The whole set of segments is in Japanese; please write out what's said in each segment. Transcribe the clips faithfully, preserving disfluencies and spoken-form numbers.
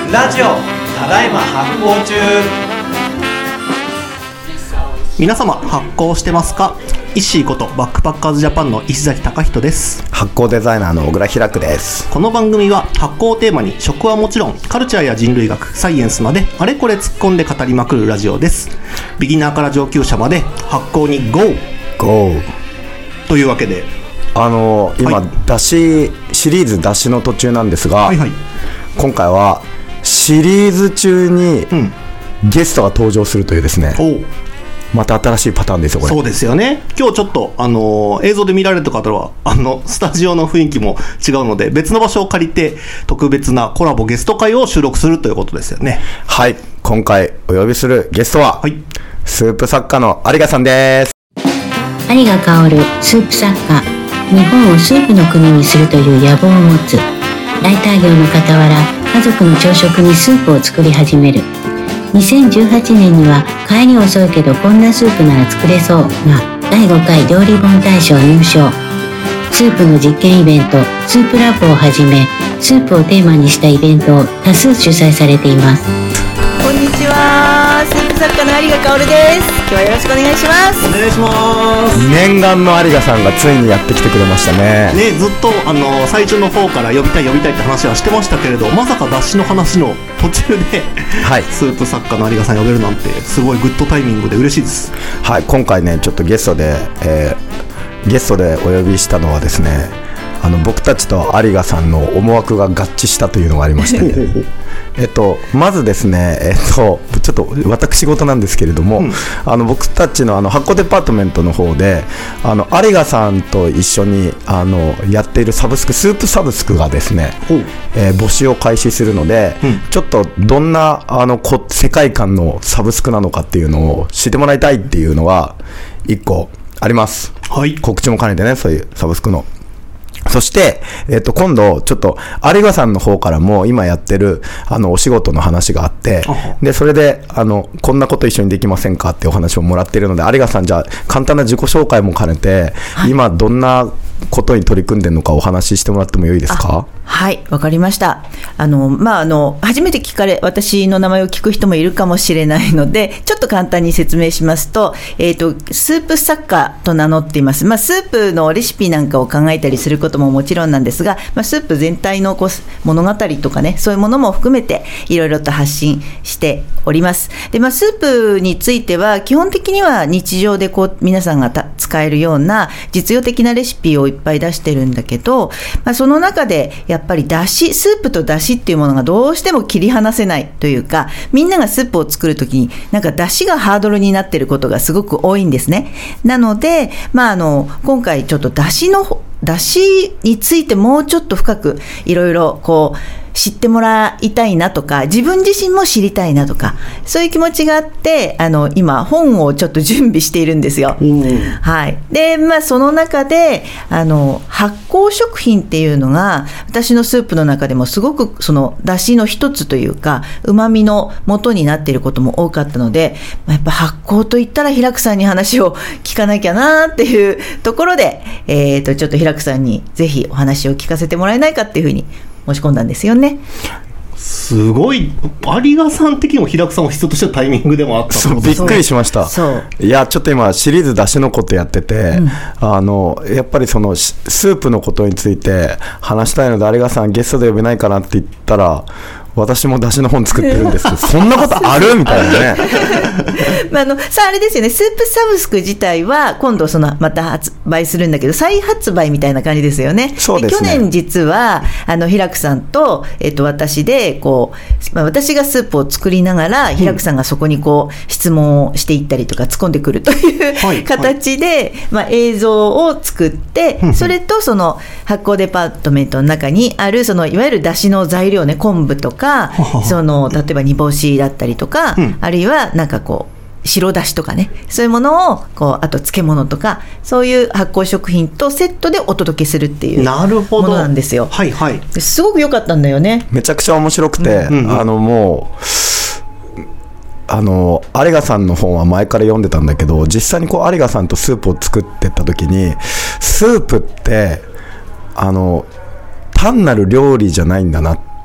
ラジオただいま発行中。 皆様発行してますか？イッシーことバックパッカーズジャパンの石崎貴人です。 発行デザイナーの小倉開久です。 この番組は発行をテーマに食はもちろんカルチャーや人類学、サイエンスまであれこれ突っ込んで語りまくるラジオです。ビギナーから上級者まで発行に ゴー! ゴーというわけで、 あのー、今、 はい、 だしシリーズだしの途中なんですが、 はいはい、 今回はシリーズ中にゲストが登場するというですね、 うん、 また新しいパターンですよこれ。 そうですよね。今日ちょっと、あのー、映像で見られた方はあのスタジオの雰囲気も違うので別の場所を借りて特別なコラボゲスト会を収録するということですよね。 はい、今回お呼びするゲストは、はい、スープ作家の有賀さんです。 有賀薫、スープ作家。日本をスープの国にするという野望を持つ。ライター業の傍ら家族の朝食にスープを作り始める。にせんじゅうはちねんには帰り遅いけどこんなスープなら作れそうがだいごかい料理本大賞入賞。スープの実験イベントスープラボをはじめスープをテーマにしたイベントを多数主催されています。 こんにちは、スープ作家の有賀薫です。今日はよろしくお願いします。 お願いします。 念願の有賀さんがついにやってきてくれましたね。 ね、ずっとあの最初の方から呼びたい呼びたいって話はしてましたけれど、まさか脱脂の話の途中で、はい、スープ作家の有賀さん呼べるなんてすごいグッドタイミングで嬉しいです。 はい、今回ねちょっとゲストで、えー、ゲストでお呼びしたのはですね、あの僕たちと有賀さんの思惑が合致したというのがありまして、ね、えっとまずですね、えっとちょっと私事なんですけれども、うん、あの僕たちのあの発行デパートメントの方であの有賀さんと一緒にあのやっているサブスクスープサブスクがですね、えー、募集を開始するので、うん、ちょっとどんなあのこ世界観のサブスクなのかっていうのを知ってもらいたいっていうのがいっこあります。はい、告知も兼ねてね、そういうサブスクの。そして、えっと、今度、ちょっと、有賀さんの方からも、今やってる、あの、お仕事の話があって、で、それで、あの、こんなこと一緒にできませんかってお話をもらっているので、有賀さん、じゃあ、簡単な自己紹介も兼ねて、はい、今、どんなことに取り組んでるのかお話ししてもらってもよいですか？ はい、わかりました。あの、まあ、あの、初めて聞かれ、私の名前を聞く人もいるかもしれないので、ちょっと簡単に説明しますと、えっと、スープ作家と名乗っています。まあ、スープのレシピなんかを考えたりすることももちろんなんですが、まあ、スープ全体のこう物語とかね、そういうものも含めていろいろと発信しております。で、まあ、スープについては基本的には日常でこう皆さんが使えるような実用的なレシピをいっぱい出してるんだけど、まあ、その中でやっぱりだし、スープとだしっていうものがどうしても切り離せないというか、みんながスープを作るときになんかだしがハードルになっていることがすごく多いんですね。なので、まあ、あの今回ちょっとだしのだしについてもうちょっと深くいろいろこう知ってもらいたいなとか、自分自身も知りたいなとか、そういう気持ちがあって、あの今本をちょっと準備しているんですよ。うん、はい。で、まあその中であの発酵食品っていうのが私のスープの中でもすごくその出汁の一つというか旨味の元になっていることも多かったので、まあ、やっぱ発酵といったら平久さんに話を聞かなきゃなっていうところで、えーとちょっと平久さんにぜひお話を聞かせてもらえないかっていうふうに申し込んだんですよね。 すごい、有賀さん的にも平久さんも人としてのタイミングでもあった。 そうびっくりしました。そういやちょっと今シリーズ出しのことやってて、うん、あのやっぱりそのスープのことについて話したいので有賀さんゲストで呼べないかなって言ったら、私も出汁の本作ってるんですけどそんなことあるみたいなねまあ、あのさああれですよね、スープサブスク自体は今度そのまた発売するんだけど再発売みたいな感じですよね。 そうですね。 去年実はあの平久さんと、えっと、私でこう、まあ、私がスープを作りながら平久さんがそこにこう質問をしていったりとか突っ込んでくるという、はい、形で、はい、まあ、映像を作ってそれとその発酵デパートメントの中にあるそのいわゆる出汁の材料ね、昆布とかその例えば煮干しだったりとか、うん、あるいはなんかこう白だしとかね、そういうものをこうあと漬物とかそういう発酵食品とセットでお届けするっていうものなんですよ。 はいはい、 すごく良かったんだよね。 めちゃくちゃ面白くて、うんうんうん、あのもうあの有賀さんの本は前から読んでたんだけど、実際にこう有賀さんとスープを作ってった時にスープってあの単なる料理じゃないんだなっ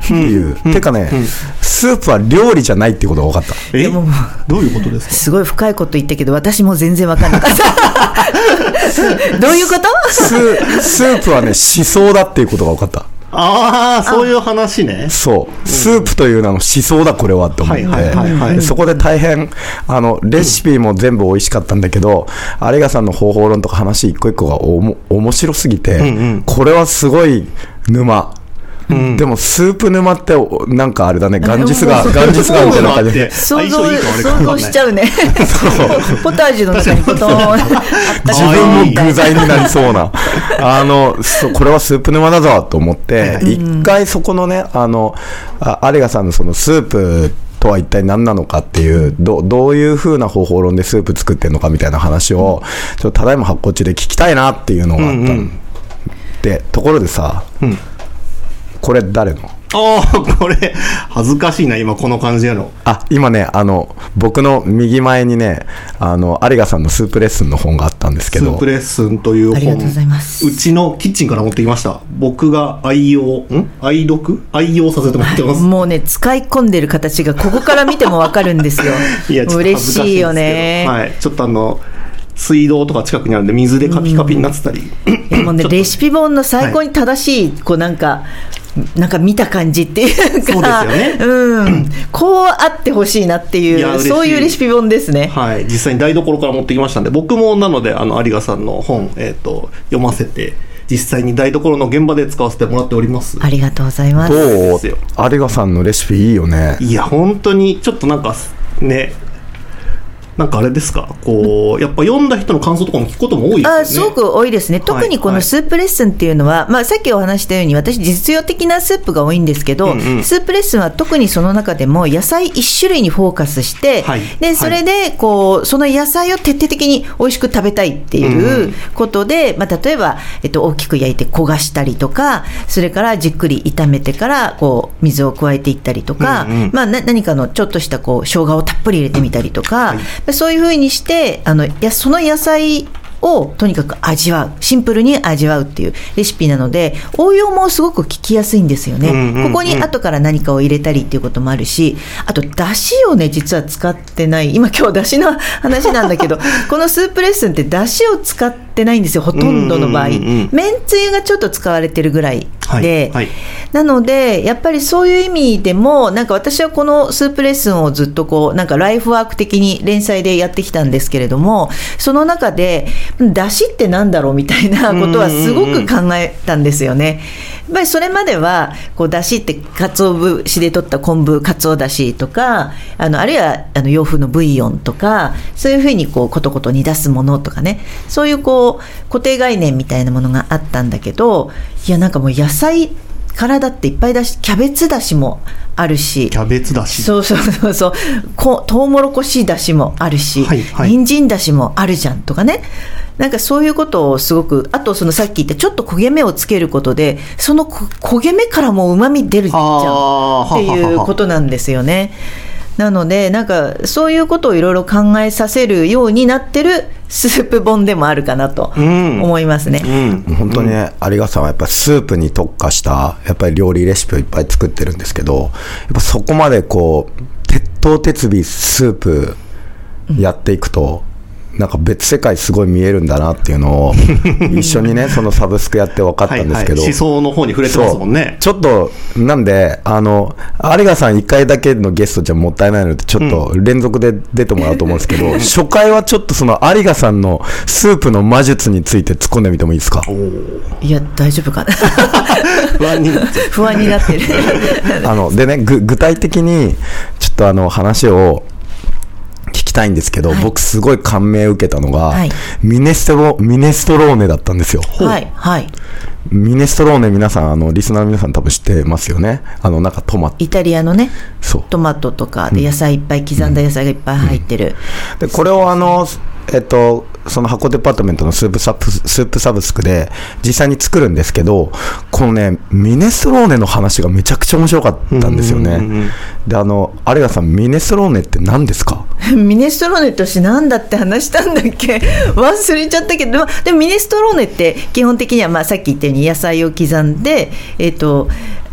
っていう、 うん、 てかね、うん、スープは料理じゃないっていうことが分かった。 えでもどういうことですか？ すごい深いこと言ったけど私も全然分かんなかったどういうこと？ ス, スープはね思想だっていうことが分かった。 ああ、そういう話ね。 そう、スープという名の思想だこれはって思って、はいはいはいはい、そこで大変あのレシピも全部美味しかったんだけど、有賀さんの方法論とか話一個一個がおも面白すぎて、うんうん、これはすごい沼。うん、でもスープ沼ってなんかあれだね、ガンジスがガンジスがみたいな感じで想像想像しちゃうねポタージュの中にポトン自分も具材になりそうなあのそこれはスープ沼だぞと思って一、うん、回そこのねあの有賀さんのそのスープとは一体何なのかっていう ど, どういう風な方法論でスープ作ってるのかみたいな話をちょっとただいま発酵中で聞きたいなっていうのがあった、うんうん、でところでさ、うんこれ誰の？ ああ、これ恥ずかしいな今この感じやの。 あ、今ねあの僕の右前にねあの有賀さんのスープレッスンの本があったんですけど、 スープレッスンという本、 ありがとうございます。 うちのキッチンから持ってきました。僕が愛用ん愛読愛用させてもらってます、 はい、もうね使い込んでる形がここから見てもわかるんですよいやちょっと恥ずかしいんですけど、嬉しいよね。はい、ちょっとあの水道とか近くにあるんで水でカピカピになってたり、 うん、もうねレシピ本の最高に正しい、はい、こうなんかなんか見た感じっていうか、そうですよね、うん、こうあってほしいなっていう、そういうレシピ本ですね。 はい、実際に台所から持ってきましたんで、僕もなのであの有賀さんの本、えーと、読ませて実際に台所の現場で使わせてもらっております。 ありがとうございます。 どう？有賀さんのレシピいいよね。 いや本当にちょっとなんかね、なんかあれですか、こうやっぱ読んだ人の感想とかも聞くことも多いですよね。 あ、すごく多いですね。特にこのスープレッスンっていうのは、はいはい、まあ、さっきお話したように私実用的なスープが多いんですけど、うんうん、スープレッスンは特にその中でも野菜一種類にフォーカスして、はい、でそれでこうその野菜を徹底的に美味しく食べたいっていうことで、うんまあ、例えば、えっと、大きく焼いて焦がしたりとか、それからじっくり炒めてからこう水を加えていったりとか、うんうんまあ、な何かのちょっとしたこう生姜をたっぷり入れてみたりとか、はい、そういうふうにしてあのやその野菜をとにかく味わう、シンプルに味わうっていうレシピなので応用もすごく聞きやすいんですよね、うんうんうん、ここに後から何かを入れたりっていうこともあるし、あとだしをね実は使ってない、今今日だしの話なんだけどこのスープレッスンってだしを使ってないんですよ、ほとんどの場合、うんうんうん、めんつゆがちょっと使われてるぐらいで、はいはい、なのでやっぱりそういう意味でもなんか私はこのスープレッスンをずっとこうなんかライフワーク的に連載でやってきたんですけれども、その中でだしってなんだろうみたいなことはすごく考えたんですよね。やっぱりそれまではこうだしって鰹節で取った昆布かつおだしとか、あのあるいはあの洋風のブイヨンとか、そういうふうにこうコトコト煮出すものとかね、そういうこう固定概念みたいなものがあったんだけど、いやなんかもう野菜からだっていっぱいだし、キャベツだしもあるし、 キャベツだし、 そうそうそうそう、こトウモロコシだしもあるし、はいはい、人参だしもあるじゃんとかね、なんかそういうことをすごく、あとそのさっき言ったちょっと焦げ目をつけることでその焦げ目からもうまみ出るじゃんっていうことなんですよね。なのでなんかそういうことをいろいろ考えさせるようになってるスープ本でもあるかなと思いますね、 うんうん、本当にね、有賀さんはやっぱりスープに特化したやっぱり料理レシピをいっぱい作ってるんですけど、やっぱそこまでこう鉄頭鉄尾スープやっていくと、うんなんか別世界すごい見えるんだなっていうのを一緒にねそのサブスクやって分かったんですけど、 はいはい、思想の方に触れてますもんね。 ちょっとなんであの有賀さんいっかいだけのゲストじゃもったいないのでちょっと連続で出てもらうと思うんですけど、うん、初回はちょっとその有賀さんのスープの魔術について突っ込んでみてもいいですか。 いや大丈夫かな不安になってる不安になってるあのでねぐ具体的にちょっとあの話を聞きたいんですけど、はい、僕すごい感銘を受けたのが、はい、ミネストロミネストローネだったんですよ。 はいはい。 ミネストローネ皆さんあのリスナーの皆さん多分知ってますよね。あのなんかトマト、 イタリアのね、そうトマトとかで野菜いっぱい、うん、刻んだ野菜がいっぱい入ってる、 うん、でこれをあのえっとその箱デパートメントのスープサブスープサブスクで実際に作るんですけど、このねミネストローネの話がめちゃくちゃ面白かったんですよね、うんうんうん、であの有賀さんミネストローネって何ですかミネストローネとして何だって話したんだっけ忘れちゃったけど、でもミネストローネって基本的にはまあさっき言ったように野菜を刻んで、えーと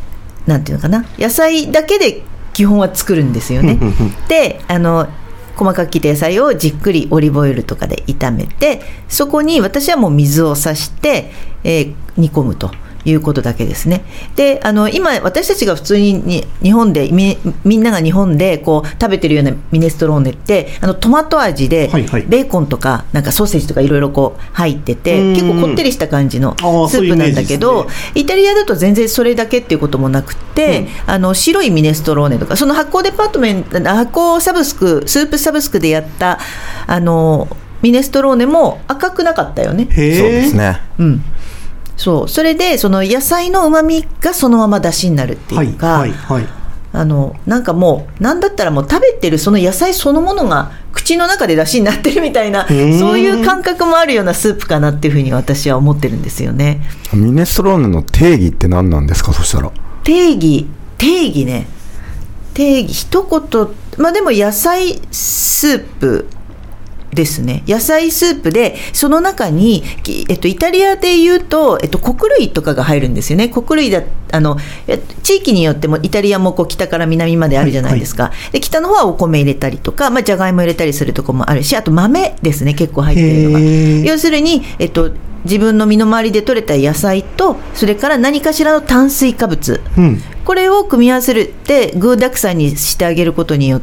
なんていうのかな、野菜だけで基本は作るんですよね。であの細かく切った野菜をじっくりオリーブオイルとかで炒めて、そこに私はもう水をさして、えー、煮込むということだけですね。であの今私たちが普通に日本で み, みんなが日本でこう食べてるようなミネストローネってあのトマト味で、はいはい、ベーコンとかなんかソーセージとかいろいろこう入ってて結構こってりした感じのスープなんだけど、ね、イタリアだと全然それだけっていうこともなくて、うん、あの白いミネストローネとかその発酵デパートメント発酵サブスクスープサブスクでやったあのミネストローネも赤くなかったよね。 へー、そうですね、 うん、そうそれでその野菜のうまみがそのまま出汁になるっていうか、はいはいはい、あのなんかもうなんだったらもう食べてるその野菜そのものが口の中で出汁になってるみたいなそういう感覚もあるようなスープかなっていうふうに私は思ってるんですよね。 ミネストローネの定義って何なんですか？そしたら定義定義ね定義一言、まあでも野菜スープですね。野菜スープでその中に、えっと、イタリアでいうと、えっと、穀類とかが入るんですよね。穀類だあの地域によってもイタリアもこう北から南まであるじゃないですか、はいはい、で北の方はお米入れたりとか、まあ、じゃがいも入れたりするところもあるし、あと豆ですね結構入ってるのが。要するに、えっと、自分の身の回りで採れた野菜とそれから何かしらの炭水化物、うん、これを組み合わせるって具沢山にしてあげることによって、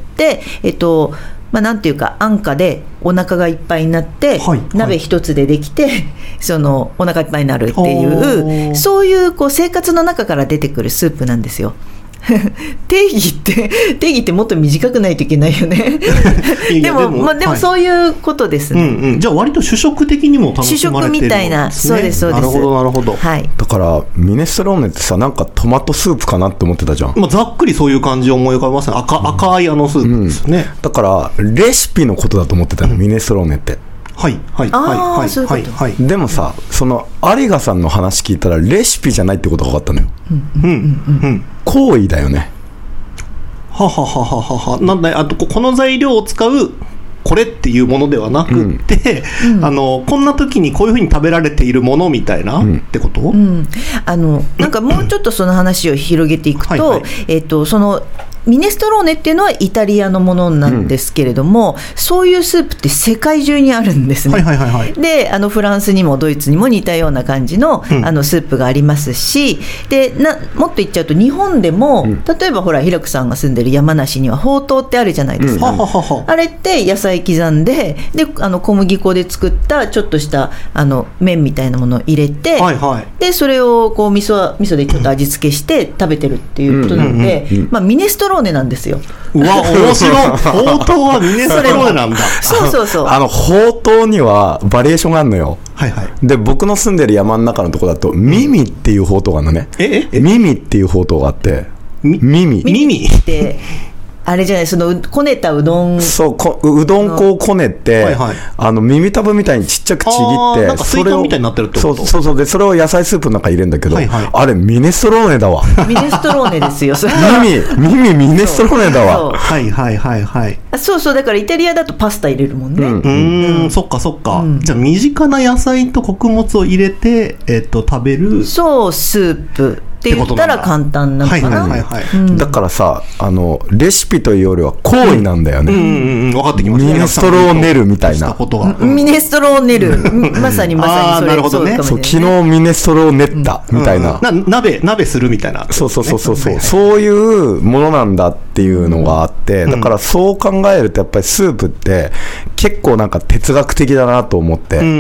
えっとまあ、なんていうか安価でお腹がいっぱいになって、はいはい、鍋一つでできてそのお腹いっぱいになるっていうそういうこう生活の中から出てくるスープなんですよ。定義って定義ってもっと短くないといけないよね。でもでも、まあ、でもそういうことですね、はい、うんうん、じゃあ割と主食的にも楽しまれてるんですね。主食みたいな、 そうですそうです。 なるほどなるほど、 はい、 だからミネストローネってさなんかトマトスープかなって思ってたじゃん、 まあ、ざっくりそういう感じを思い浮かべますね。 赤,、うん、赤いあのスープですね、うん、だからレシピのことだと思ってたの、うん、ミネストローネってはいはいはいはいはい。 でもさその有賀さんの話聞いたらレシピじゃないってことが分かったのよ。うんうんうんうん、行為だよね。 はははははは。なんだあとこの材料を使うこれっていうものではなくて、うん、あのこんな時にこういうふうに食べられているものみたいな、うん、ってこと、うん、 あのなんかもうちょっとその話を広げていくと、はいはい、えーと、そのミネストローネっていうのはイタリアのものなんですけれども、うん、そういうスープって世界中にあるんですね、はいはいはいはい、であのフランスにもドイツにも似たような感じ の,、うん、あのスープがありますし、でなもっと言っちゃうと日本でも、うん、例えばほら平久さんが住んでる山梨にはほうとうってあるじゃないですか、うん、あれって野菜刻んで、であの小麦粉で作ったちょっとしたあの麺みたいなものを入れて、はいはい、でそれをこう味噌、味噌でちょっと味付けして食べてるっていうことなので、うんうんうんうん、まあ、ミネストローネなんですよ。 うわ面白い。ほうとうはミネストローネなんだ。 そうそうそう。 あのほうとうにはバリエーションがあるのよ。はいはい。で僕の住んでる山の中のところだとミミっていうほうとうがあるのね。ええミミっていうほうとうがあって。ミミミミってあれじゃない、そのこねたうどん、 そうこうどん粉をこねて、はいはい、あの耳たぶみたいにちっちゃくちぎって、 なんか水筒みたいになってるってこと。 そうそうそう、でそれを野菜スープの中に入れるんだけど、はいはい、あれミネストローネだわ。 ミネストローネですよ。それミミミミネストローネだわ。 はいはいはいはい。 そうそう、だからイタリアだとパスタ入れるもんね。 うん、うーん、そっかそっか、うん、じゃあ身近な野菜と穀物を入れて、えー、と食べる、 そうスープって言ったら簡単なのかな。はいはいはいはい、うん、 だからさ、あのレシピというよりは行為なんだよね。 うんうんうん、分かってきました。 ミネストローネルみたいな。 うん、ミネストローネル、まさにまさにそれ。 なるほどね。 そう、昨日ミネストローネッタみたいな。 うんうん、な鍋鍋するみたいな、ね。 そうそうそうそうそう、はいはい、そういうものなんだっていうのがあって、うん、だからそう考えるとやっぱりスープって結構なんか哲学的だなと思って、うん、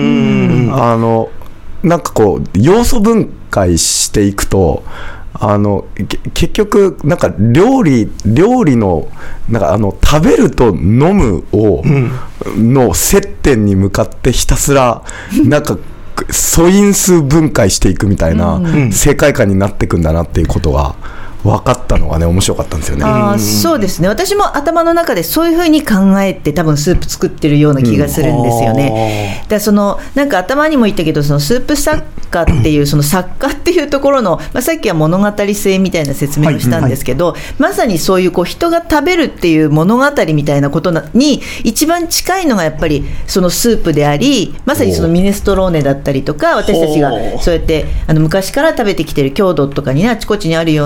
あのなんかこう要素分解していくと。あの結局なんか料理料理のなんかあの食べると飲むを、うん、の接点に向かってひたすらなんか素因数分解していくみたいな世界観になっていくんだなっていうことが分かったのがね面白かったんですよね。 あ、そうですね。私も頭の中でそういう風に考えて多分スープ作ってるような気がするんですよね。うん、だそのなんか頭にも言ったけど、そのスープ作家っていうその作家っていうところの、まあ、さっきは物語性みたいな説明をしたんですけど、はいはい、まさにそういうこう人が食べるっていう物語みたいなことに一番近いのがやっぱりそのスープであり、まさにそのミネストローネだったりとか、私たちがそうやってあの昔から食べてきてる郷土とかにあちこちにあるような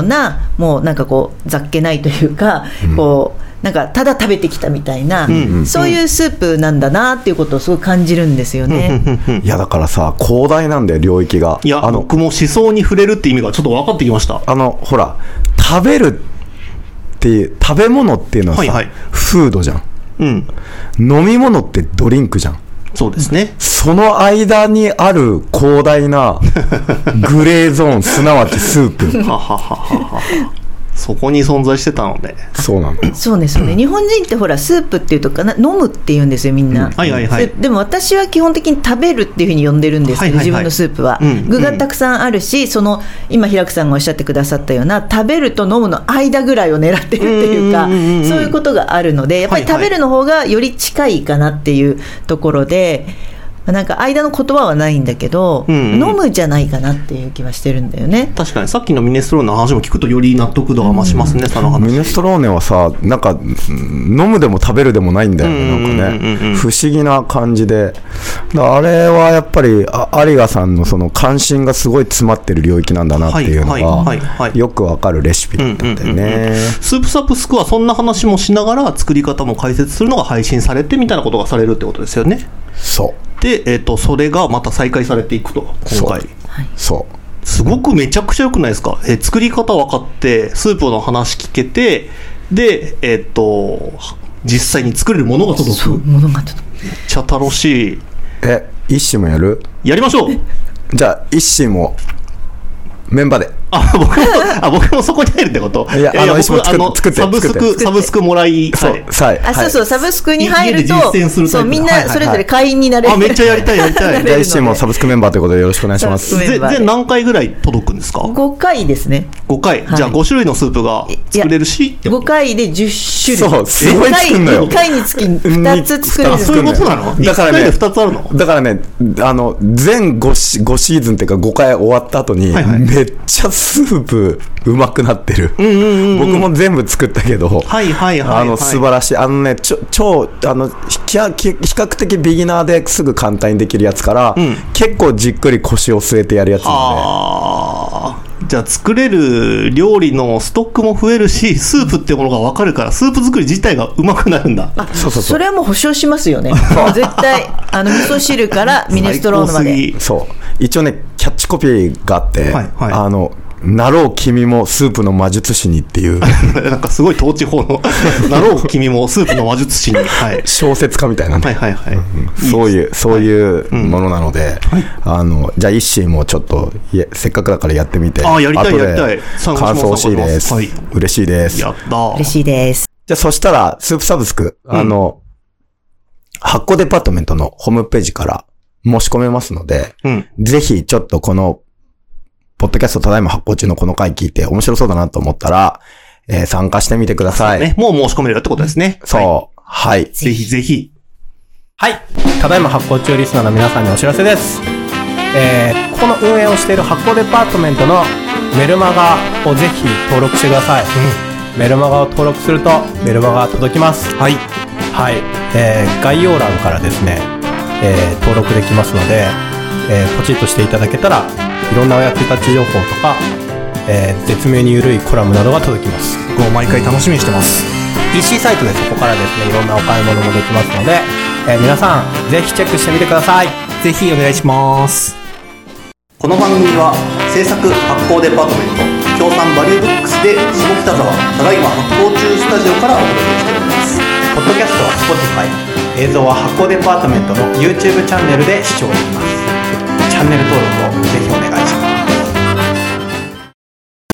もうなんかこうざっけないというか、うん、こうなんかただ食べてきたみたいな、うんうん、そういうスープなんだなっていうことをすごい感じるんですよね、 うんうん、いやだからさ広大なんだよ領域が。 いやあの僕も思想に触れるって意味がちょっと分かってきました。 あのほら食べるっていう食べ物っていうのはさ、はいはい、フードじゃん、うん、飲み物ってドリンクじゃん。 そうですね。 その間にある広大なグレーゾーンすなわちスープははははそこに存在してたので。 そうなんだ。 そうですよね、うん、日本人ってほらスープっていうとかな飲むって言うんですよみんな、うん、はいはいはい、で, でも私は基本的に食べるっていうふうに呼んでるんですけど、はいはいはい、自分のスープは、うん、具がたくさんあるし、その今平久さんがおっしゃってくださったような食べると飲むの間ぐらいを狙ってるっていうか、うんうんうんうん、そういうことがあるのでやっぱり食べるの方がより近いかなっていうところで、はいはい、なんか間の言葉はないんだけど、うんうん、飲むじゃないかなっていう気はしてるんだよね。 確かにさっきのミネストローネの話も聞くとより納得度が増しますね、うん、その話。 ミネストローネはさなんか飲むでも食べるでもないんだよね、うんうんうんうん、なんかね不思議な感じで、あれはやっぱり有賀さんのその関心がすごい詰まってる領域なんだなっていうのがよくわかるレシピだったんだよね。 スープサブスクはそんな話もしながら作り方も解説するのが配信されてみたいなことがされるってことですよね。 そうで、えーと、それがまた再開されていくと今回。 そう、 すごくめちゃくちゃ良くないですか。えー、作り方分かってスープの話聞けて、で、えーと、実際に作れるものが届く。そう、 ものが届く。 めっちゃ楽しい。 え、一心もやる？ やりましょう。 じゃあ一心もメンバーで。 あ、僕も、あ、僕もそこに入るってこと？ いや、いやあの、僕あの作って、 サブスク、サブスクもらい、 そう、はい。 あ、そうそう、サブスクに入ると、そう、みんなそれぞれ会員になれる。 あ、めっちゃやりたい、やりたい。 じゃあ、一心もサブスクメンバーということでよろしくお願いします。 全何回ぐらい届くんですか？ ごかいですね。 ごかい。じゃあ、ご種類のスープが作れるし、 ごかいでじゅっしゅるい。 そう、すごい作るのよ。 いっかいにつきふたつ作れる。 そういうことなの？ だからね、 ふたつあるの？ だからね、あの、全5シーズンっていうかごかい終わった後に、めっちゃスープ、うまくなってる、うんうんうんうん、僕も全部作ったけど、 はいはいはいはい、 あの素晴らしい、あのね、ちょ超あの比較的ビギナーですぐ簡単にできるやつから、うん、結構じっくり腰を据えてやるやつなので、 じゃあ作れる料理のストックも増えるし、スープってものが分かるからスープ作り自体がうまくなるんだ。 あ、そうそうそう、それはもう保証しますよね。もう絶対あの味噌汁からミネストローネまで。 そう一応ねキャッチコピーがあって、はいはい、あのなろう君もスープの魔術師にっていうなんかすごい統治法のなろう君もスープの魔術師に、はい、 小説家みたいな、 はいはいはい、 うん、そういうそういうものなので、はい、あのじゃあ一心もちょっといえせっかくだからやってみて、 あやりたいやりたい、 感想欲しいです、はい、嬉しいです。 やった嬉しいです。 じゃあそしたらスープサブスク、うん、あの発酵デパートメントのホームページから申し込めますので、うん、ぜひちょっとこのポッドキャストただいま発行中のこの回聞いて面白そうだなと思ったら、えー、参加してみてください。 ね、もう申し込めるってことですね。 そう。はい。はい、 ぜひぜひ。 はい。ただいま発行中リスナーの皆さんにお知らせです。えー、ここの運営をしている発行デパートメントのメルマガをぜひ登録してください。うん、メルマガを登録するとメルマガが届きます。はい。はい。えー、概要欄からですね、えー、登録できますので、えー、ポチッとしていただけたらいろんなお役立ち情報とか、えー、絶妙に緩いコラムなどが届きます。 僕も毎回楽しみにしてます。 ピーシー サイトでそこからですねいろんなお買い物もできますので、えー、皆さんぜひチェックしてみてください。 ぜひお願いします。この番組は制作発行デパートメント協賛バリューブックスで下北沢ただいま発行中スタジオからお届けしております。 ポッドキャストは Spotify、 映像は発行デパートメントの YouTube チャンネルで視聴できます。チャンネル登録